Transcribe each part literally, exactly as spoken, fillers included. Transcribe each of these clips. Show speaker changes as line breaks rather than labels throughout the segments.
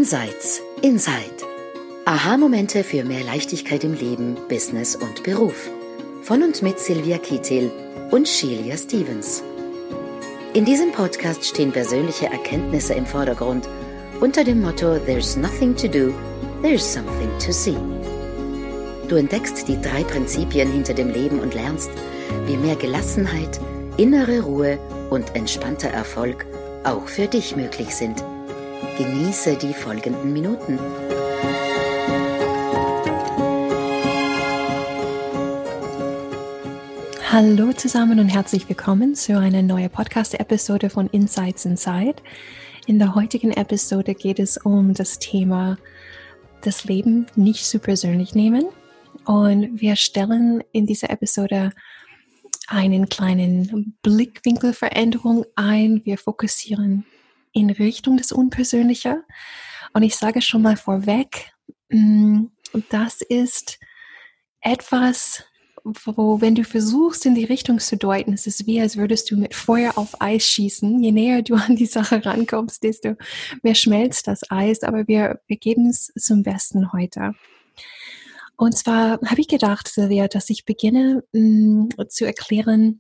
Insights, Insight. Aha-Momente für mehr Leichtigkeit im Leben, Business und Beruf. Von und mit Silvia Kittel und Shelia Stevens. In diesem Podcast stehen persönliche Erkenntnisse im Vordergrund unter dem Motto There's nothing to do, there's something to see. Du entdeckst die drei Prinzipien hinter dem Leben und lernst, wie mehr Gelassenheit, innere Ruhe und entspannter Erfolg auch für dich möglich sind. Genieße die folgenden Minuten.
Hallo zusammen und herzlich willkommen zu einer neuen Podcast-Episode von Insights Inside. In der heutigen Episode geht es um das Thema das Leben nicht zu persönlich nehmen. Und wir stellen in dieser Episode einen kleinen Blickwinkelveränderung ein. Wir fokussieren in Richtung des Unpersönlichen. Und ich sage schon mal vorweg, das ist etwas, wo, wenn du versuchst, in die Richtung zu deuten, es ist wie, als würdest du mit Feuer auf Eis schießen. Je näher du an die Sache rankommst, desto mehr schmelzt das Eis. Aber wir, wir geben es zum Besten heute. Und zwar habe ich gedacht, Silvia, dass ich beginne mh, zu erklären,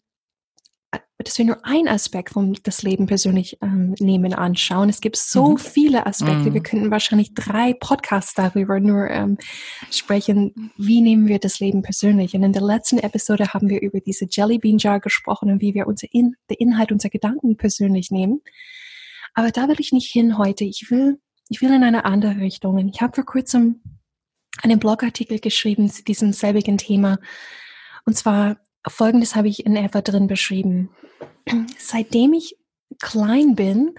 dass wir nur einen Aspekt von das Leben persönlich ähm, nehmen anschauen. Es gibt so mhm. viele Aspekte. Mhm. Wir könnten wahrscheinlich drei Podcasts darüber nur ähm, sprechen. Wie nehmen wir das Leben persönlich? Und in der letzten Episode haben wir über diese Jelly Bean Jar gesprochen und wie wir unser In- den Inhalt unserer Gedanken persönlich nehmen. Aber da will ich nicht hin heute. Ich will, ich will in eine andere Richtung. Und ich habe vor kurzem einen Blogartikel geschrieben zu diesem selbigen Thema. Und zwar Folgendes habe ich in etwa drin beschrieben. Seitdem ich klein bin,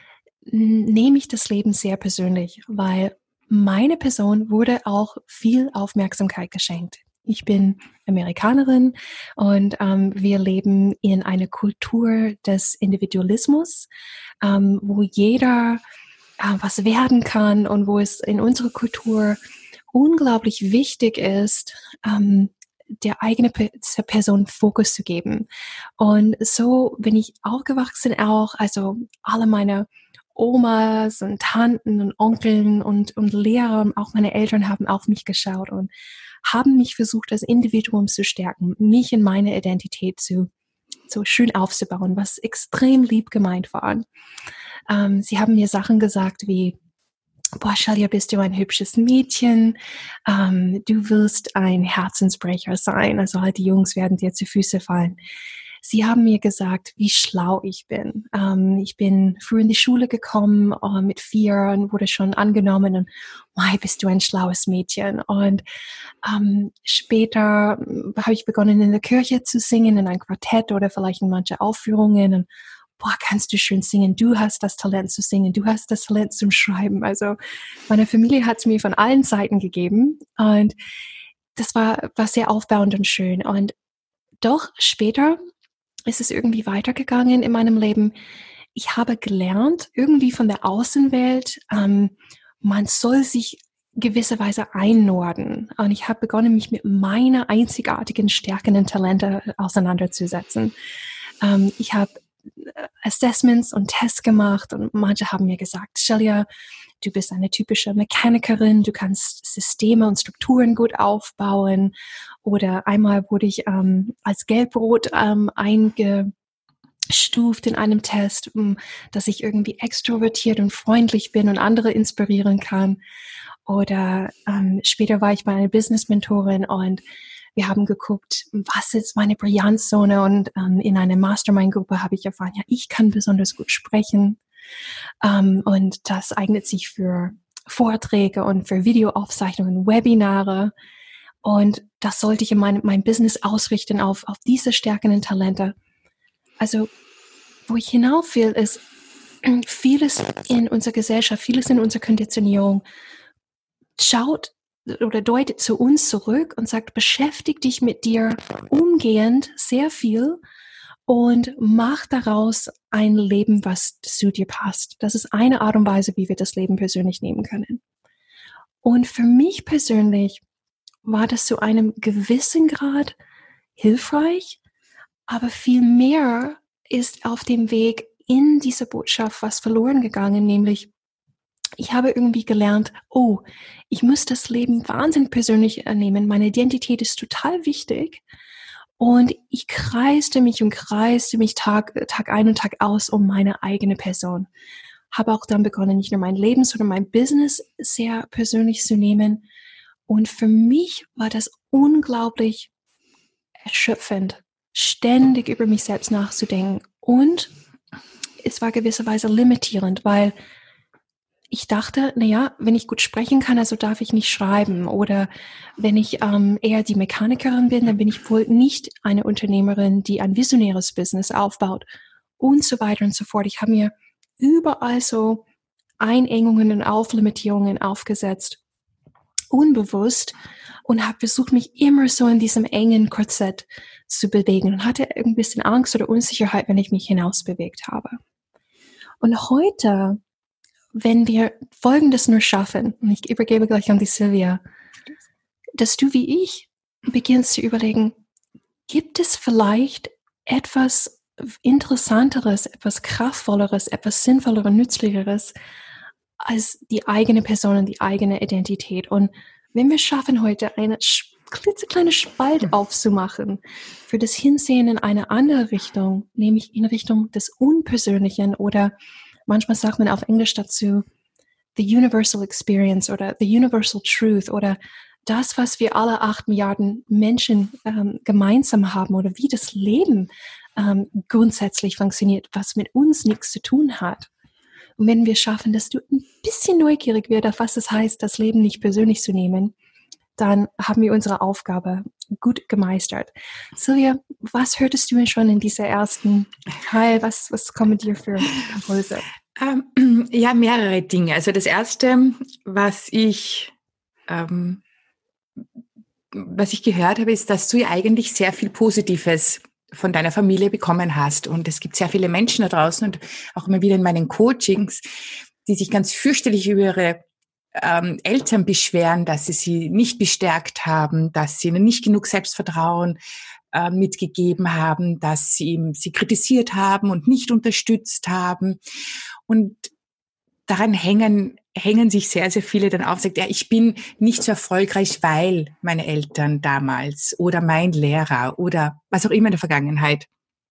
nehme ich das Leben sehr persönlich, weil meine Person wurde auch viel Aufmerksamkeit geschenkt. Ich bin Amerikanerin und ähm, wir leben in einer Kultur des Individualismus, ähm, wo jeder äh, was werden kann und wo es in unserer Kultur unglaublich wichtig ist, ähm, der eigene Person Fokus zu geben. Und so bin ich aufgewachsen auch, also alle meine Omas und Tanten und Onkeln und, und Lehrer und auch meine Eltern haben auf mich geschaut und haben mich versucht, als Individuum zu stärken, mich in meine Identität zu, so schön aufzubauen, was extrem lieb gemeint war. Ähm, sie haben mir Sachen gesagt wie, boah, Shelia, bist du ein hübsches Mädchen, ähm, du wirst ein Herzensbrecher sein, also halt die Jungs werden dir zu Füße fallen. Sie haben mir gesagt, wie schlau ich bin. Ähm, ich bin früh in die Schule gekommen, äh, mit vier und wurde schon angenommen und, mei, bist du ein schlaues Mädchen. Und ähm, später äh, habe ich begonnen, in der Kirche zu singen, in ein Quartett oder vielleicht in manche Aufführungen und boah, kannst du schön singen, du hast das Talent zu singen, du hast das Talent zum Schreiben. Also meine Familie hat es mir von allen Seiten gegeben und das war, war sehr aufbauend und schön. Und doch später ist es irgendwie weitergegangen in meinem Leben. Ich habe gelernt, irgendwie von der Außenwelt, ähm, man soll sich gewisserweise einnorden. Und ich habe begonnen, mich mit meiner einzigartigen Stärken und Talente auseinanderzusetzen. Ähm, ich habe Assessments und Tests gemacht und manche haben mir gesagt, Shelia, du bist eine typische Mechanikerin, du kannst Systeme und Strukturen gut aufbauen. Oder einmal wurde ich ähm, als Gelbrot ähm, eingestuft in einem Test, um, dass ich irgendwie extrovertiert und freundlich bin und andere inspirieren kann. Oder ähm, später war ich bei einer Business-Mentorin und wir haben geguckt, was ist meine Brillanzzone und ähm, in einer Mastermind-Gruppe habe ich erfahren, ja, ich kann besonders gut sprechen ähm, und das eignet sich für Vorträge und für Videoaufzeichnungen, Webinare und das sollte ich in mein, mein Business ausrichten auf, auf diese Stärken und Talente. Also, wo ich hinauf will, ist vieles in unserer Gesellschaft, vieles in unserer Konditionierung schaut oder deutet zu uns zurück und sagt, beschäftige dich mit dir umgehend sehr viel und mach daraus ein Leben, was zu dir passt. Das ist eine Art und Weise, wie wir das Leben persönlich nehmen können. Und für mich persönlich war das zu einem gewissen Grad hilfreich, aber viel mehr ist auf dem Weg in dieser Botschaft was verloren gegangen, nämlich ich habe irgendwie gelernt, oh, ich muss das Leben wahnsinnig persönlich nehmen. Meine Identität ist total wichtig. Und ich kreiste mich und kreiste mich Tag, Tag ein und Tag aus um meine eigene Person. Habe auch dann begonnen, nicht nur mein Leben, sondern mein Business sehr persönlich zu nehmen. Und für mich war das unglaublich erschöpfend, ständig über mich selbst nachzudenken. Und es war gewisserweise limitierend, weil ich dachte, naja, wenn ich gut sprechen kann, also darf ich nicht schreiben. Oder wenn ich ähm, eher die Mechanikerin bin, dann bin ich wohl nicht eine Unternehmerin, die ein visionäres Business aufbaut und so weiter und so fort. Ich habe mir überall so Einengungen und Auflimitierungen aufgesetzt, unbewusst, und habe versucht, mich immer so in diesem engen Korsett zu bewegen und hatte ein bisschen Angst oder Unsicherheit, wenn ich mich hinausbewegt habe. Und heute, wenn wir Folgendes nur schaffen, und ich übergebe gleich an die Silvia, dass du wie ich beginnst zu überlegen, gibt es vielleicht etwas Interessanteres, etwas Kraftvolleres, etwas Sinnvolleres, Nützlicheres als die eigene Person und die eigene Identität? Und wenn wir schaffen, heute eine klitzekleine Spalt aufzumachen für das Hinsehen in eine andere Richtung, nämlich in Richtung des Unpersönlichen, oder manchmal sagt man auf Englisch dazu the universal experience oder the universal truth oder das, was wir alle acht Milliarden Menschen ähm, gemeinsam haben, oder wie das Leben ähm, grundsätzlich funktioniert, was mit uns nichts zu tun hat. Und wenn wir schaffen, dass du ein bisschen neugierig wirst, auf was es heißt, das Leben nicht persönlich zu nehmen, dann haben wir unsere Aufgabe gut gemeistert. Silvia, was hörtest du denn schon in dieser ersten Teil? Was, was kommen dir für Impulse?
Ähm, ja, mehrere Dinge. Also das Erste, was ich, ähm, was ich gehört habe, ist, dass du ja eigentlich sehr viel Positives von deiner Familie bekommen hast. Und es gibt sehr viele Menschen da draußen und auch immer wieder in meinen Coachings, die sich ganz fürchterlich über ihre ähm, Eltern beschweren, dass sie sie nicht bestärkt haben, dass sie ihnen nicht genug Selbstvertrauen äh, mitgegeben haben, dass sie sie kritisiert haben und nicht unterstützt haben. Und daran hängen hängen sich sehr, sehr viele dann auf, sagt, ja, ich bin nicht so erfolgreich, weil meine Eltern damals oder mein Lehrer oder was auch immer in der Vergangenheit.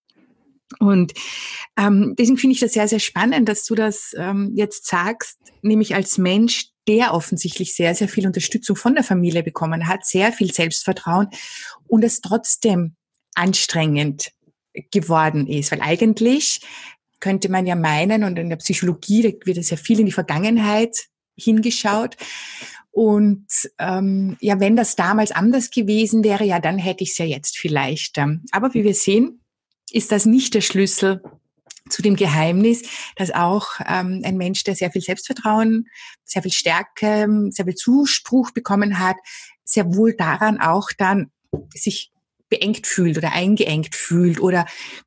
Und ähm, deswegen finde ich das sehr, sehr spannend, dass du das ähm, jetzt sagst, nämlich als Mensch, der offensichtlich sehr, sehr viel Unterstützung von der Familie bekommen hat, sehr viel Selbstvertrauen und es trotzdem anstrengend geworden ist. Weil eigentlich könnte man ja meinen, und in der Psychologie, da wird es ja viel in die Vergangenheit hingeschaut. Und ähm, ja, wenn das damals anders gewesen wäre, ja, dann hätte ich es ja jetzt vielleicht. Aber wie wir sehen, ist das nicht der Schlüssel zu dem Geheimnis, dass auch ähm, ein Mensch, der sehr viel Selbstvertrauen, sehr viel Stärke, sehr viel Zuspruch bekommen hat, sehr wohl daran auch dann sich beengt fühlt oder eingeengt fühlt oder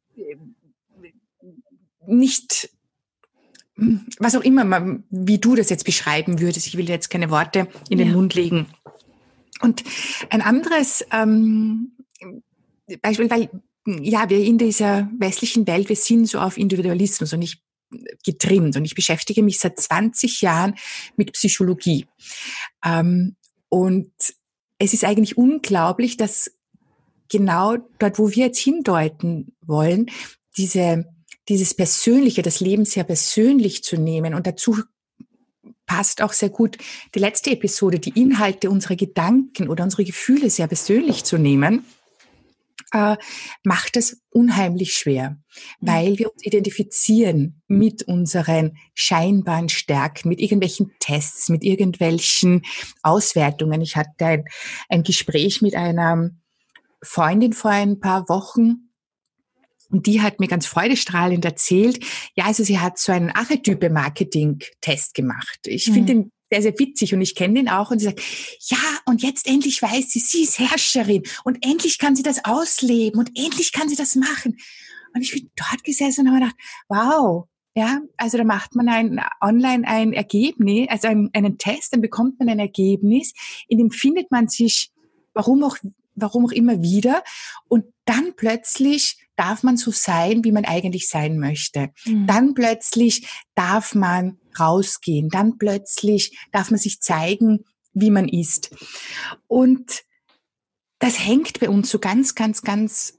nicht, was auch immer, wie du das jetzt beschreiben würdest. Ich will jetzt keine Worte in den ja. Mund legen. Und ein anderes ähm, Beispiel, weil ja, wir in dieser westlichen Welt, wir sind so auf Individualismus und ich getrimmt und ich beschäftige mich seit zwanzig Jahren mit Psychologie. Ähm, und es ist eigentlich unglaublich, dass genau dort, wo wir jetzt hindeuten wollen, diese, dieses Persönliche, das Leben sehr persönlich zu nehmen, und dazu passt auch sehr gut die letzte Episode, die Inhalte unserer Gedanken oder unsere Gefühle sehr persönlich zu nehmen, äh, macht es unheimlich schwer, weil wir uns identifizieren mit unseren scheinbaren Stärken, mit irgendwelchen Tests, mit irgendwelchen Auswertungen. Ich hatte ein, ein Gespräch mit einer Freundin vor ein paar Wochen, und die hat mir ganz freudestrahlend erzählt, ja, also sie hat so einen Archetype-Marketing-Test gemacht. Ich mhm. finde den sehr, sehr witzig und ich kenne den auch, und sie sagt, ja, und jetzt endlich weiß sie, sie ist Herrscherin und endlich kann sie das ausleben und endlich kann sie das machen. Und ich bin dort gesessen und habe gedacht, wow, ja, also da macht man ein, online ein Ergebnis, also einen, einen Test, dann bekommt man ein Ergebnis, in dem findet man sich, warum auch, warum auch immer wieder, und dann plötzlich darf man so sein, wie man eigentlich sein möchte.
Mhm.
Dann plötzlich darf man rausgehen. Dann plötzlich darf man sich zeigen, wie man ist. Und das hängt bei uns so ganz, ganz, ganz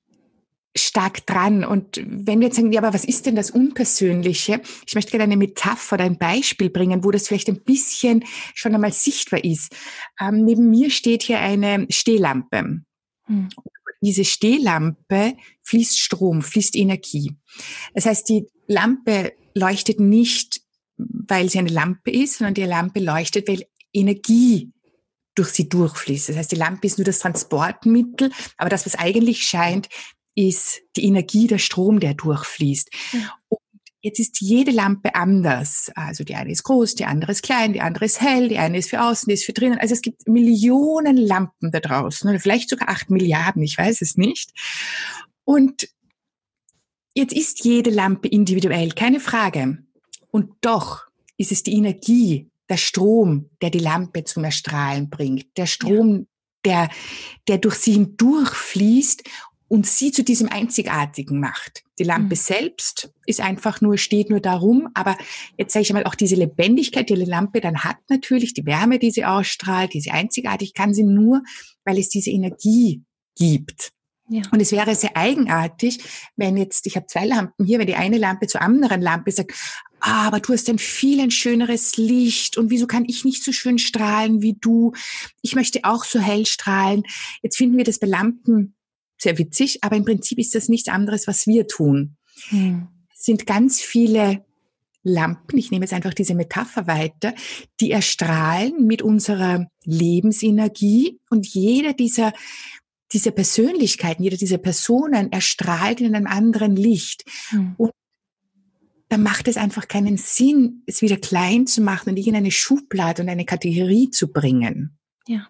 stark dran. Und wenn wir jetzt sagen, ja, aber was ist denn das Unpersönliche? Ich möchte gerne eine Metapher oder ein Beispiel bringen, wo das vielleicht ein bisschen schon einmal sichtbar ist. Ähm, neben mir steht hier eine Stehlampe.
Hm.
Diese Stehlampe fließt Strom, fließt Energie. Das heißt, die Lampe leuchtet nicht, weil sie eine Lampe ist, sondern die Lampe leuchtet, weil Energie durch sie durchfließt. Das heißt, die Lampe ist nur das Transportmittel, aber das, was eigentlich scheint, ist die Energie, der Strom, der durchfließt.
Ja.
Und jetzt ist jede Lampe anders. Also die eine ist groß, die andere ist klein, die andere ist hell, die eine ist für außen, die ist für drinnen. Also es gibt Millionen Lampen da draußen oder vielleicht sogar acht Milliarden, ich weiß es nicht. Und jetzt ist jede Lampe individuell, keine Frage. Und doch ist es die Energie, der Strom, der die Lampe zum Erstrahlen bringt, der Strom, ja. der, der durch sie hindurchfließt und sie zu diesem Einzigartigen macht. Die Lampe mhm. selbst ist einfach nur, steht nur darum, aber jetzt sage ich einmal, auch diese Lebendigkeit, die die Lampe dann hat natürlich, die Wärme, die sie ausstrahlt, diese Einzigartigkeit, kann sie nur, weil es diese Energie gibt. Ja. Und es wäre sehr eigenartig, wenn jetzt, ich habe zwei Lampen hier, wenn die eine Lampe zur anderen Lampe sagt, ah, aber du hast ein viel ein schöneres Licht und wieso kann ich nicht so schön strahlen wie du? Ich möchte auch so hell strahlen. Jetzt finden wir das bei Lampen sehr witzig, aber im Prinzip ist das nichts anderes, was wir tun. Hm. Es sind ganz viele Lampen, ich nehme jetzt einfach diese Metapher weiter, die erstrahlen mit unserer Lebensenergie und jeder dieser diese Persönlichkeiten, jeder dieser Personen erstrahlt in einem anderen Licht. Hm. Und da macht es einfach keinen Sinn, es wieder klein zu machen und in eine Schublade und eine Kategorie zu bringen.
Ja.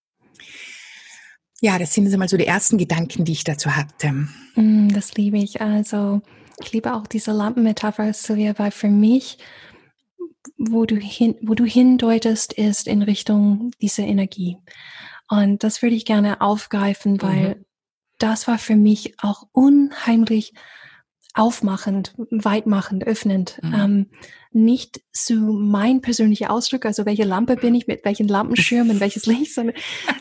Ja, das sind jetzt einmal so die ersten Gedanken, die ich dazu hatte.
Das liebe ich. Also ich liebe auch diese Lampenmetapher, Silvia, weil für mich, wo du hin, wo du hindeutest, ist in Richtung dieser Energie. Und das würde ich gerne aufgreifen, weil mhm. das war für mich auch unheimlich aufmachend, weitmachend, öffnend. Mhm. Ähm, nicht zu mein persönlicher Ausdruck, also welche Lampe bin ich, mit welchen Lampenschirmen, welches Licht, sondern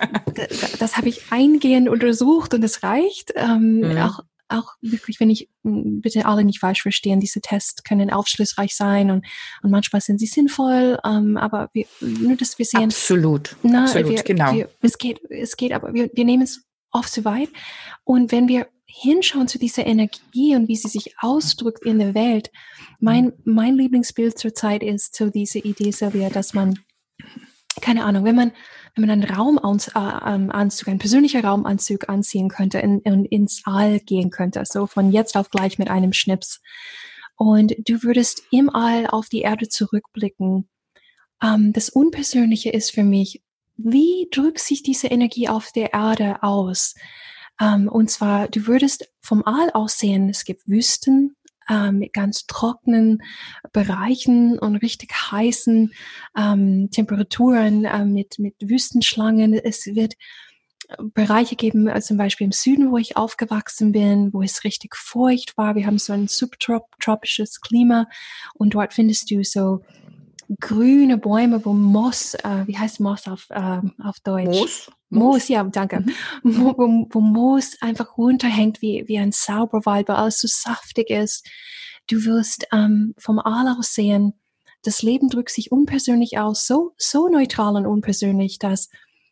das, das habe ich eingehend untersucht und es reicht. Ähm, mhm. Auch auch wirklich, wenn ich, bitte alle nicht falsch verstehen, diese Tests können aufschlussreich sein und, und manchmal sind sie sinnvoll, ähm, aber wir, nur, dass wir sehen.
Absolut,
na,
absolut,
wir,
genau.
Wir, es geht, es geht, aber wir, wir nehmen es oft zu weit. Und wenn wir hinschauen zu dieser Energie und wie sie sich ausdrückt in der Welt, mein, mein Lieblingsbild zurzeit ist so diese Idee, Silvia, dass man, keine Ahnung, wenn man wenn man einen Raumanzug, äh, einen persönlichen Raumanzug anziehen könnte und in, in, ins All gehen könnte, so von jetzt auf gleich mit einem Schnips. Und du würdest im All auf die Erde zurückblicken. Ähm, das Unpersönliche ist für mich, wie drückt sich diese Energie auf der Erde aus? Ähm, und zwar, du würdest vom All aus sehen, es gibt Wüsten, Ähm, mit ganz trockenen Bereichen und richtig heißen ähm, Temperaturen äh, mit, mit Wüstenschlangen. Es wird Bereiche geben, also zum Beispiel im Süden, wo ich aufgewachsen bin, wo es richtig feucht war. Wir haben so ein subtropisches Klima und dort findest du so grüne Bäume, wo Moos, äh, wie heißt Moos auf, äh, auf Deutsch?
Moos?
Moos, ja, danke. Mhm. Wo, wo, wo Moos einfach runterhängt wie, wie ein Sauberwald, weil alles so saftig ist. Du wirst ähm, vom All aus sehen, das Leben drückt sich unpersönlich aus, so, so neutral und unpersönlich, dass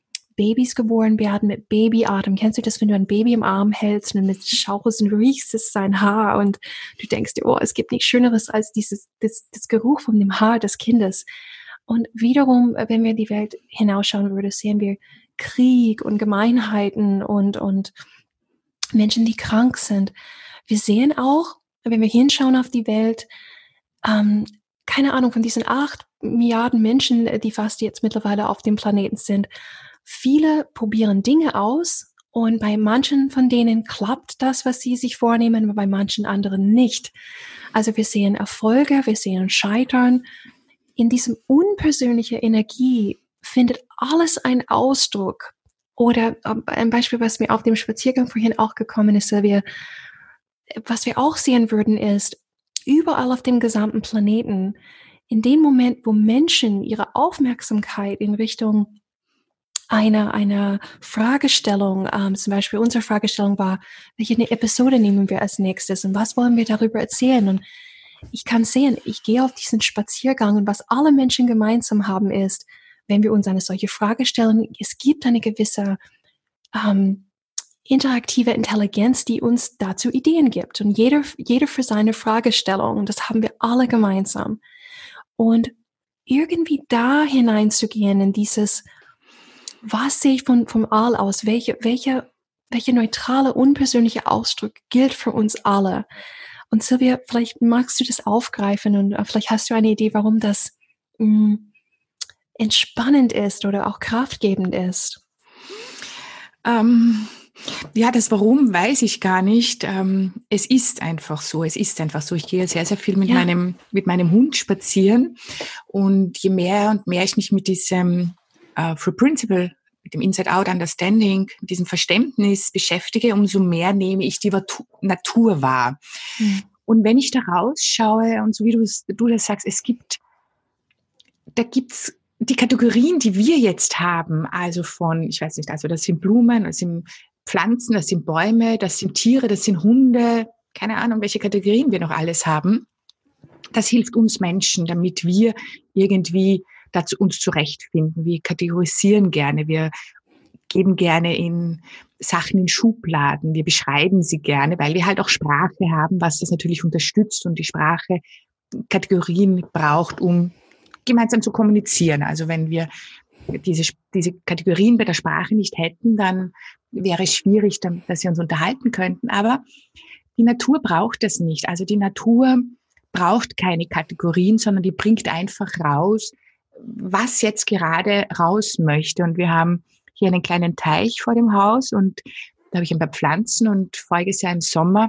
Babys geboren werden mit Babyatem. Kennst du das, wenn du ein Baby im Arm hältst und mit schaust und riechst es sein Haar und du denkst dir, oh, es gibt nichts Schöneres als dieses, das, das Geruch von dem Haar des Kindes. Und wiederum, wenn wir in die Welt hinausschauen würden, sehen wir Krieg und Gemeinheiten und, und Menschen, die krank sind. Wir sehen auch, wenn wir hinschauen auf die Welt, ähm, keine Ahnung, von diesen acht Milliarden Menschen, die fast jetzt mittlerweile auf dem Planeten sind, viele probieren Dinge aus und bei manchen von denen klappt das, was sie sich vornehmen, aber bei manchen anderen nicht. Also wir sehen Erfolge, wir sehen Scheitern. In diesem unpersönlichen Energie findet alles einen Ausdruck. Oder ein Beispiel, was mir auf dem Spaziergang vorhin auch gekommen ist, wir was wir auch sehen würden, ist, überall auf dem gesamten Planeten, in dem Moment, wo Menschen ihre Aufmerksamkeit in Richtung einer, einer Fragestellung, ähm, zum Beispiel unsere Fragestellung war, welche Episode nehmen wir als nächstes und was wollen wir darüber erzählen? Und ich kann sehen, ich gehe auf diesen Spaziergang und was alle Menschen gemeinsam haben ist, wenn wir uns eine solche Frage stellen, es gibt eine gewisse ähm, interaktive Intelligenz, die uns dazu Ideen gibt. Und jeder, jeder für seine Fragestellung. Und das haben wir alle gemeinsam. Und irgendwie da hineinzugehen in dieses, was sehe ich von, vom All aus? Welche, welche, welche neutrale, unpersönliche Ausdruck gilt für uns alle? Und Silvia, vielleicht magst du das aufgreifen und vielleicht hast du eine Idee, warum das mh, entspannend ist oder auch kraftgebend ist.
Ähm, ja, das Warum weiß ich gar nicht. Ähm, es ist einfach so. Es ist einfach so. Ich gehe sehr, sehr viel mit, ja. meinem, mit meinem Hund spazieren. Und je mehr und mehr ich mich mit diesem uh, Free Principle, mit dem Inside-Out-Understanding, mit diesem Verständnis beschäftige, umso mehr nehme ich die Natur wahr. Mhm. Und wenn ich da rausschaue und so wie du, du das sagst, es gibt, da gibt's die Kategorien, die wir jetzt haben, also von, ich weiß nicht, also das sind Blumen, das sind Pflanzen, das sind Bäume, das sind Tiere, das sind Hunde, keine Ahnung, welche Kategorien wir noch alles haben. Das hilft uns Menschen, damit wir irgendwie dazu uns zurechtfinden. Wir kategorisieren gerne, wir geben gerne in Sachen in Schubladen, wir beschreiben sie gerne, weil wir halt auch Sprache haben, was das natürlich unterstützt und die Sprache Kategorien braucht, um gemeinsam zu kommunizieren. Also wenn wir diese, diese Kategorien bei der Sprache nicht hätten, dann wäre es schwierig, dass wir uns unterhalten könnten. Aber die Natur braucht das nicht. Also die Natur braucht keine Kategorien, sondern die bringt einfach raus, was jetzt gerade raus möchte. Und wir haben hier einen kleinen Teich vor dem Haus und da habe ich ein paar Pflanzen und voriges Jahr im Sommer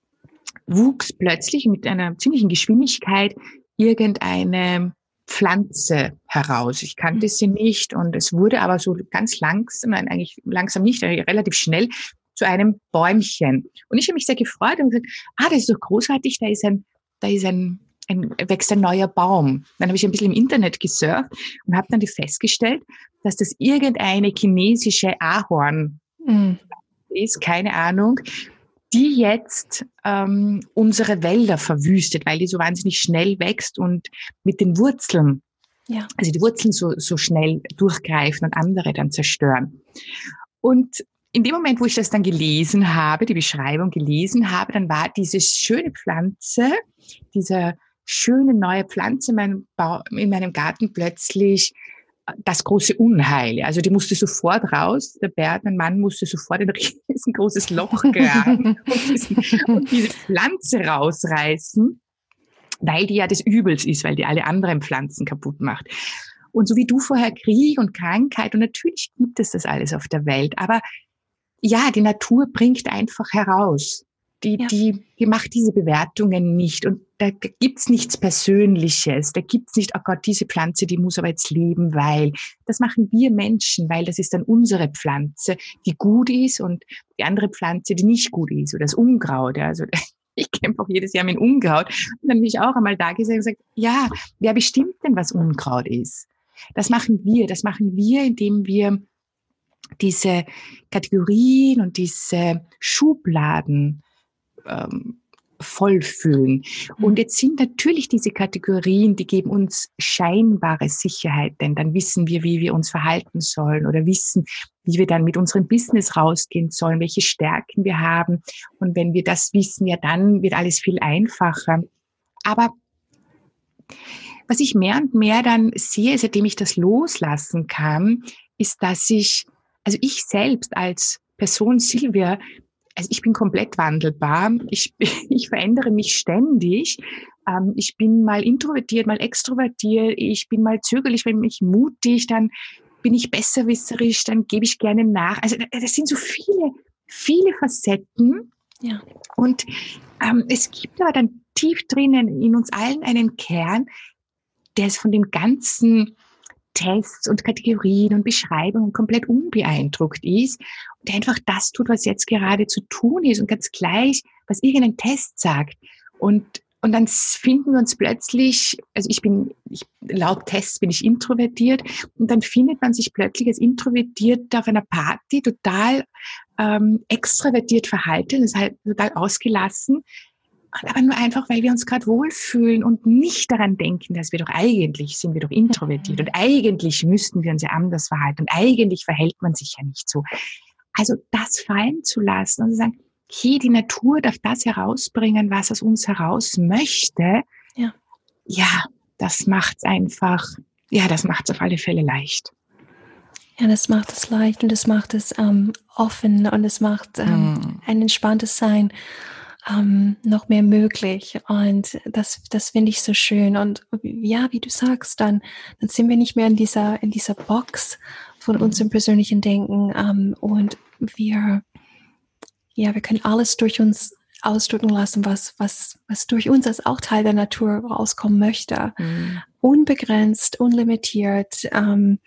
wuchs plötzlich mit einer ziemlichen Geschwindigkeit irgendeine Pflanze heraus. Ich kannte sie nicht und es wurde aber so ganz langsam, nein, eigentlich langsam nicht, relativ schnell zu einem Bäumchen. Und ich habe mich sehr gefreut und gesagt, ah, das ist doch großartig, da ist ein, da ist ein, ein wächst ein neuer Baum. Dann habe ich ein bisschen im Internet gesurft und habe dann festgestellt, dass das irgendeine chinesische Ahorn mhm. ist, keine Ahnung, die jetzt ähm, unsere Wälder verwüstet, weil die so wahnsinnig schnell wächst und mit den Wurzeln, ja. also die Wurzeln so, so schnell durchgreifen und andere dann zerstören. Und in dem Moment, wo ich das dann gelesen habe, die Beschreibung gelesen habe, dann war diese schöne Pflanze, diese schöne neue Pflanze in meinem, Bau, in meinem Garten plötzlich das große Unheil. Also die musste sofort raus. Der Bert, mein Mann, musste sofort ein riesengroßes Loch graben und, diesen, und diese Pflanze rausreißen, weil die ja des Übels ist, weil die alle anderen Pflanzen kaputt macht. Und so wie du vorher Krieg und Krankheit, und natürlich gibt es das alles auf der Welt, aber ja, die Natur bringt einfach heraus. Die, ja. die, die macht diese Bewertungen nicht. Und da gibt's nichts Persönliches. Da gibt's nicht, oh Gott, diese Pflanze, die muss aber jetzt leben, weil. Das machen wir Menschen, weil das ist dann unsere Pflanze, die gut ist und die andere Pflanze, die nicht gut ist. Oder das Unkraut. Ja. Also ich kämpfe auch jedes Jahr mit Unkraut. Und dann bin ich auch einmal da gesessen und gesagt, ja, wer bestimmt denn, was Unkraut ist? Das machen wir. Das machen wir, indem wir diese Kategorien und diese Schubladen ähm, vollfüllen. Und jetzt sind natürlich diese Kategorien, die geben uns scheinbare Sicherheit, denn dann wissen wir, wie wir uns verhalten sollen oder wissen, wie wir dann mit unserem Business rausgehen sollen, welche Stärken wir haben. Und wenn wir das wissen, ja, dann wird alles viel einfacher. Aber was ich mehr und mehr dann sehe, seitdem ich das loslassen kann, ist, dass ich, also ich selbst als Person Silvia, also ich bin komplett wandelbar. Ich, ich verändere mich ständig. Ähm, ich bin mal introvertiert, mal extrovertiert. Ich bin mal zögerlich, wenn mich mutig, dann bin ich besserwisserisch, dann gebe ich gerne nach. Also das sind so viele, viele Facetten. Ja. Und ähm, es gibt aber dann tief drinnen in uns allen einen Kern, der ist von dem ganzen Tests und Kategorien und Beschreibungen komplett unbeeindruckt ist und einfach das tut, was jetzt gerade zu tun ist und ganz gleich, was irgendein Test sagt. Und, und dann finden wir uns plötzlich, also ich bin, ich, laut Tests bin ich introvertiert und dann findet man sich plötzlich als introvertiert auf einer Party total ähm, extravertiert verhalten, das heißt total ausgelassen, aber nur einfach, weil wir uns gerade wohlfühlen und nicht daran denken, dass wir doch eigentlich sind wir doch introvertiert und eigentlich müssten wir uns ja anders verhalten und eigentlich verhält man sich ja nicht so. Also das fallen zu lassen und zu sagen, okay, die Natur darf das herausbringen, was aus uns heraus möchte.
Ja,
ja das macht es einfach, ja, das macht es auf alle Fälle leicht.
Ja, das macht es leicht und es macht es ähm, offen und es macht ähm, mm. ein entspanntes Sein ähm, noch mehr möglich. Und das, das finde ich so schön. Und ja, wie du sagst, dann, dann sind wir nicht mehr in dieser, in dieser Box von unserem persönlichen Denken ähm, und wir, ja, wir können alles durch uns ausdrücken lassen, was, was, was durch uns als auch Teil der Natur rauskommen möchte. Mm. Unbegrenzt, unlimitiert. Ähm,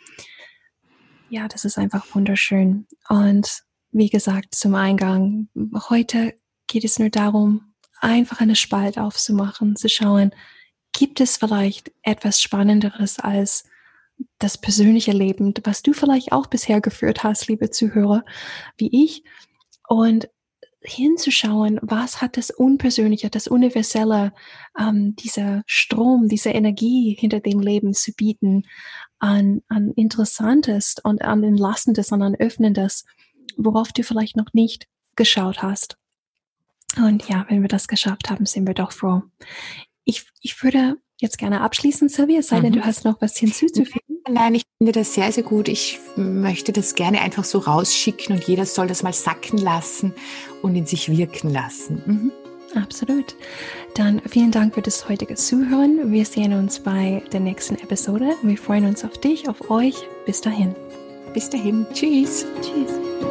ja, das ist einfach wunderschön. Und wie gesagt, zum Eingang, heute geht es nur darum, einfach eine Spalte aufzumachen, zu schauen, gibt es vielleicht etwas Spannenderes als das persönliche Leben, was du vielleicht auch bisher geführt hast, liebe Zuhörer, wie ich, und hinzuschauen, was hat das Unpersönliche, das Universelle, ähm, dieser Strom, diese Energie hinter dem Leben zu bieten, an, an Interessantes und an Entlassendes und an Öffnendes, worauf du vielleicht noch nicht geschaut hast. Und ja, wenn wir das geschafft haben, sind wir doch froh. Ich, ich würde jetzt gerne abschließen, Silvia, es sei denn, mhm. du hast noch was hinzuzufügen.
Nein, ich finde das sehr, sehr gut. Ich möchte das gerne einfach so rausschicken und jeder soll das mal sacken lassen und in sich wirken lassen. Mhm.
Absolut. Dann vielen Dank für das heutige Zuhören. Wir sehen uns bei der nächsten Episode. Wir freuen uns auf dich, auf euch. Bis dahin.
Bis dahin. Tschüss.
Tschüss.